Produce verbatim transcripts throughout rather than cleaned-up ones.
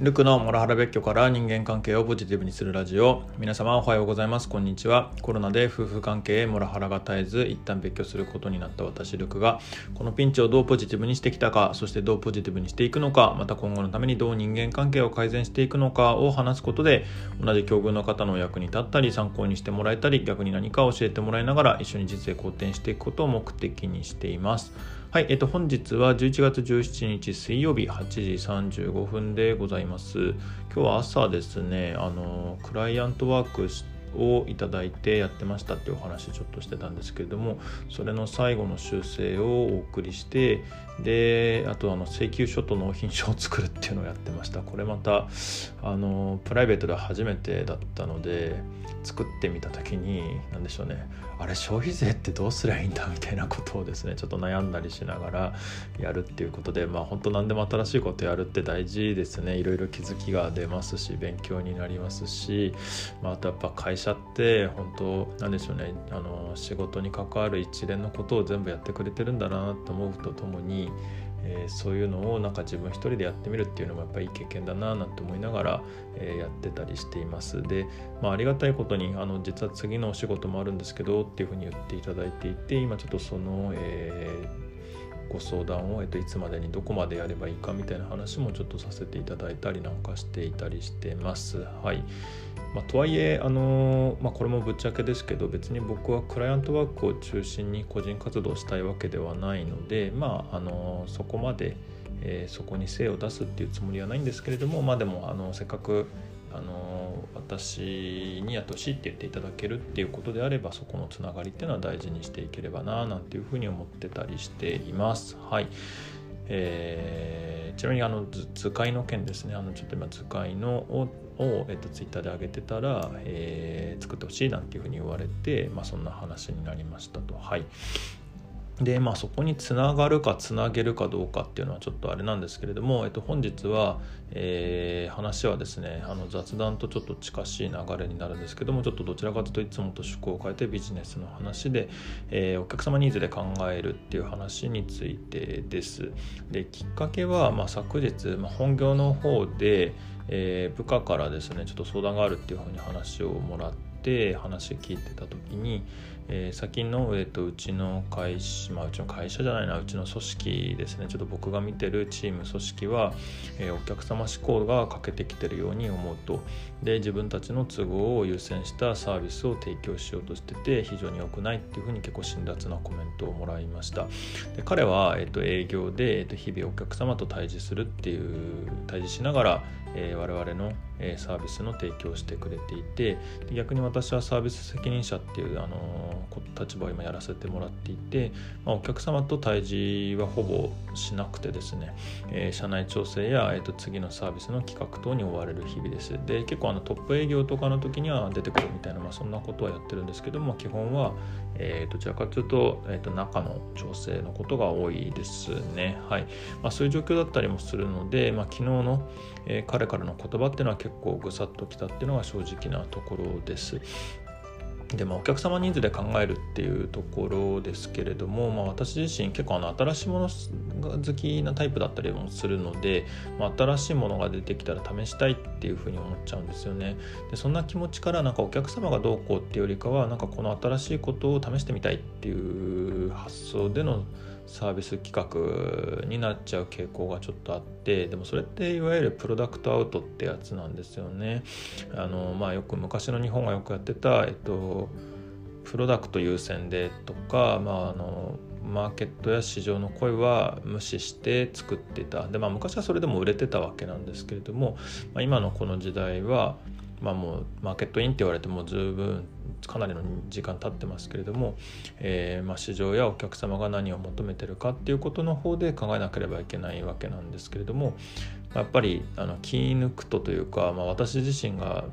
ルクのモラハラ別居から人間関係をポジティブにするラジオ。皆様おはようございます。こんにちは。コロナで夫婦関係へモラハラが絶えず一旦別居することになった私ルクが、このピンチをどうポジティブにしてきたか、そしてどうポジティブにしていくのか、また今後のためにどう人間関係を改善していくのかを話すことで、同じ境遇の方のお役に立ったり参考にしてもらえたり、逆に何か教えてもらいながら一緒に人生好転していくことを目的にしています。はい、えっと本日はじゅういちがつじゅうしちにち水曜日はちじさんじゅうごふんでございます。今日は朝ですね、あのクライアントワークをいただいてやってましたっていうお話ちょっとしてたんですけれども、それの最後の修正をお送りして、であとあの請求書と納品書を作るっていうのをやってました。これまたあのプライベートでは初めてだったので、作ってみた時に何でしょうね、あれ消費税ってどうすりゃいいんだみたいなことをですねちょっと悩んだりしながらやるっていうことで、まあ本当何でも新しいことやるって大事ですね。いろいろ気づきが出ますし勉強になりますし、まあ、あとやっぱ会社って本当なんでしょうね、あの仕事に関わる一連のことを全部やってくれてるんだなと思うとともに、えー、そういうのをなんか自分一人でやってみるっていうのもやっぱりいい経験だななんて思いながら、えー、やってたりしています。で、まあ、ありがたいことにあの実は次のお仕事もあるんですけどっていうふうに言っていただいていて、今ちょっとその、えーご相談を、えっと、いつまでにどこまでやればいいかみたいな話もちょっとさせていただいたりなんかしていたりしてます。はい。まあ、とはいえ、あのまあ、これもぶっちゃけですけど、別に僕はクライアントワークを中心に個人活動したいわけではないので、まあ、あのそこまで、えー、そこに精を出すっていうつもりはないんですけれども、まあでもあのせっかくあの私にやってほしいって言っていただけるっていうことであれば、そこのつながりっていうのは大事にしていければななんていうふうに思ってたりしています。はい。えー、ちなみにあの図図解の件ですね、あのちょっと今図解のをを、えっと、ツイッターで上げてたら、えー、作ってほしいなんていうふうに言われて、まあ、そんな話になりましたと。はい。でまあ、そこにつながるかつなげるかどうかっていうのはちょっとあれなんですけれども、えっと、本日は、えー、話はですねあの雑談とちょっと近しい流れになるんですけども、ちょっとどちらかというといつもと趣向を変えてビジネスの話で、えー、お客様ニーズで考えるっていう話についてです。できっかけは、まあ、昨日、まあ、本業の方で、えー、部下からですねちょっと相談があるっていうふうに話をもらって話聞いてた時に、えー、先の、えー、とうちの会社、まあ、うちの会社じゃないなうちの組織ですね、ちょっと僕が見てるチーム組織は、えー、お客様志向が欠けてきてるように思うと。で自分たちの都合を優先したサービスを提供しようとしてて非常に良くないっていうふうに結構辛辣なコメントをもらいました。で彼は、えー、と営業で、えー、と日々お客様と対峙するっていう対峙しながら、えー、我々の、えー、サービスの提供をしてくれていて、で逆に私はサービス責任者っていう、あのー立場を今やらせてもらっていて、まあ、お客様と対峙はほぼしなくてですね、えー、社内調整や、えー、と次のサービスの企画等に追われる日々です。で結構あのトップ営業とかの時には出てくるみたいな、まあ、そんなことはやってるんですけども、基本は、えー、どちらかというと、えー、と中の調整のことが多いですね。はい。まあ、そういう状況だったりもするので、まあ、昨日の、えー、彼からの言葉っていうのは結構ぐさっときたっていうのが正直なところです。でまあ、お客様ニーズで考えるっていうところですけれども、まあ、私自身結構あの新しいもの好きなタイプだったりもするので、まあ、新しいものが出てきたら試したいっていうふうに思っちゃうんですよね。でそんな気持ちからなんかお客様がどうこうっていうよりかは、なんかこの新しいことを試してみたいっていう発想でのサービス企画になっちゃう傾向がちょっとあって、でもそれっていわゆるプロダクトアウトってやつなんですよね。あのまあよく昔の日本がよくやってた、えっとプロダクト優先でとか、まああのマーケットや市場の声は無視して作っていた。でまあ昔はそれでも売れてたわけなんですけれども、まあ、今のこの時代はまあもうマーケットインって言われても十分かなりの時間経ってますけれども、えーまあ、市場やお客様が何を求めてるかっていうことの方で考えなければいけないわけなんですけれども、やっぱりあの気抜くとというか、まあ、私自身が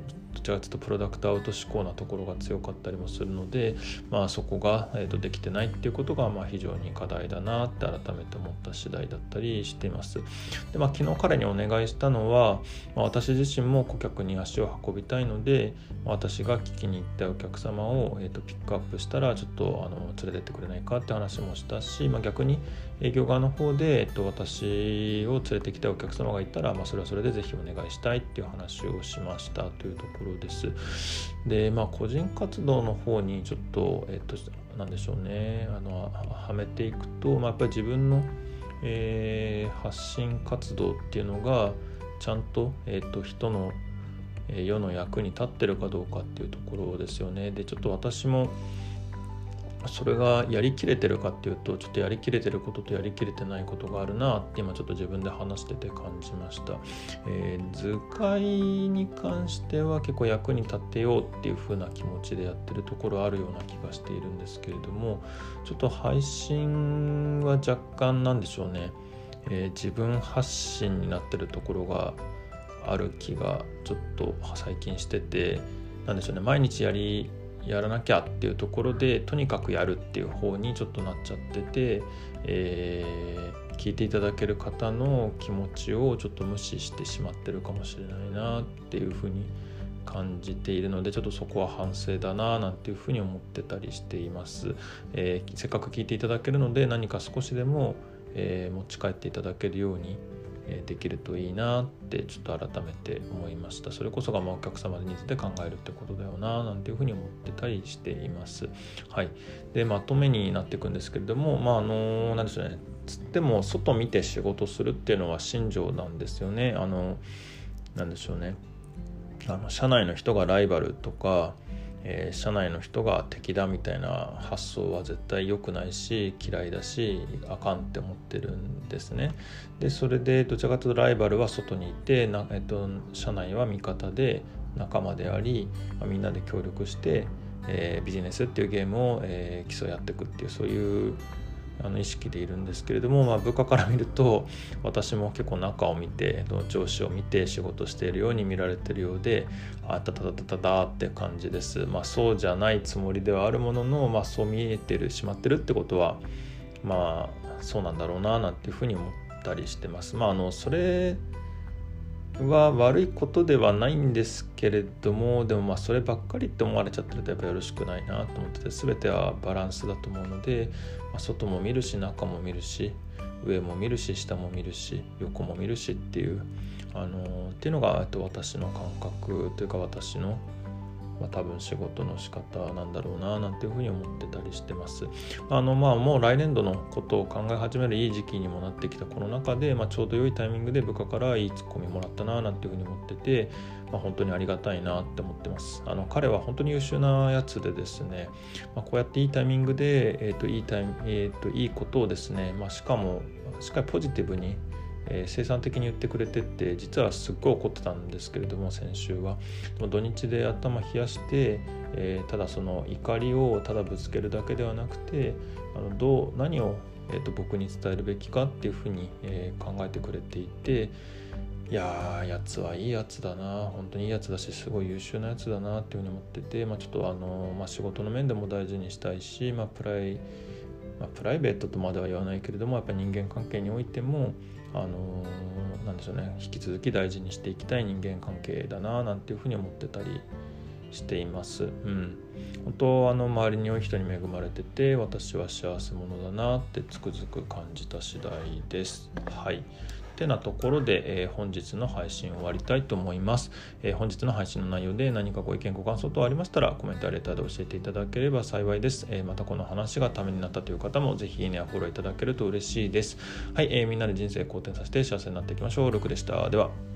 ちらかというとプロダクトアウト志向なところが強かったりもするので、まあ、そこが、えー、とできてないっていうことがまあ非常に課題だなって改めて思った次第だったりしています。で、まあ、昨日彼にお願いしたのは、まあ、私自身も顧客に足を運びたいので、まあ、私が聞きに行ったお客様を、えー、とピックアップしたらちょっとあの連れてってくれないかって話もしたし、まあ、逆に営業側の方で、えー、と私を連れてきたお客様がいたら、まあ、それはそれでぜひお願いしたいっていう話をしましたというところです。で、まあ、個人活動の方にちょっと、えっと、なんでしょうね、あのはめていくと、まあ、やっぱり自分の、えー、発信活動っていうのがちゃんと、えっと、人の世の役に立ってるかどうかっていうところですよね。で、ちょっと私もそれがやりきれてるかっていうと、ちょっとやりきれてることとやりきれてないことがあるなって今ちょっと自分で話してて感じました。えー、図解に関しては結構役に立てようっていう風な気持ちでやってるところあるような気がしているんですけれども、ちょっと配信は若干なんでしょうね、えー、自分発信になってるところがある気がちょっと最近してて、なんでしょうね、毎日やりやらなきゃっていうところでとにかくやるっていう方にちょっとなっちゃってて、えー、聞いていただける方の気持ちをちょっと無視してしまってるかもしれないなっていうふうに感じているので、ちょっとそこは反省だななんていうふうに思ってたりしています。えー、せっかく聞いていただけるので何か少しでも、えー、持ち帰っていただけるようにできるといいなってちょっと改めて思いました。それこそがまあお客様のニーズで考えるってことだよななんていうふうに思ってたりしています。はい。で、まとめになっていくんですけれども、まああのなんでしょうね、つっても外見て仕事するっていうのは信条なんですよね。あのなんでしょうね、あの社内の人がライバルとか、えー、社内の人が敵だみたいな発想は絶対良くないし嫌いだしあかんって思ってるんですね。でそれでどちらかというとライバルは外にいてな、えっと、社内は味方で仲間であり、まあ、みんなで協力して、えー、ビジネスっていうゲームを、えー、競い合っていくっていうそういうあの意識でいるんですけれども、まあ、部下から見ると私も結構中を見て上司を見て仕事しているように見られているようで、あたたたたたたって感じです。まあそうじゃないつもりではあるものの、まあ、そう見えてるしまってるってことはまあそうなんだろうななんていうふうに思ったりしてます。まああのそれは悪いことではないんですけれども、でもまあそればっかりって思われちゃってるとやっぱよろしくないなと思ってて、全てはバランスだと思うので、まあ、外も見るし中も見るし上も見るし下も見るし横も見るしっていうあのー、っていうのがと私の感覚というか私のまあ、多分仕事の仕方なんだろうななんていうふうに思ってたりしてます。あのまあもう来年度のことを考え始めるいい時期にもなってきたこの中で、まあ、ちょうど良いタイミングで部下からいいツッコミもらったななんていうふうに思ってて、まあ、本当にありがたいなって思ってます。あの彼は本当に優秀なやつでですね、まあ、こうやっていいタイミングで、えーといいタイミ、えーといいことをですね、まあ、しかもしっかりポジティブにえー、生産的に言ってくれてって実はすっごい怒ってたんですけれども、先週は土日で頭冷やして、えー、ただその怒りをただぶつけるだけではなくて、あのどう何を、えー、と僕に伝えるべきかっていうふうに、えー、考えてくれていて、いやーやつはいいやつだな、本当にいいやつだしすごい優秀なやつだなっていうふうに思ってて、まあ、ちょっとあの、まあ、仕事の面でも大事にしたいし、まあ、プライまあ、プライベートとまでは言わないけれどもやっぱり人間関係においてもあのー、なんでしょうね、引き続き大事にしていきたい人間関係だななんていうふうに思ってたりしています。うん、本当あの周りに良い人に恵まれてて私は幸せ者だなってつくづく感じた次第です。はい。てなところで、えー、本日の配信を終わりたいと思います、えー、本日の配信の内容で何かご意見ご感想等ありましたらコメントやレターで教えていただければ幸いです、えー、またこの話がためになったという方もぜひいいねやフォローいただけると嬉しいです。はい、えー、みんなで人生好転させて幸せになっていきましょう。ルクでした。では。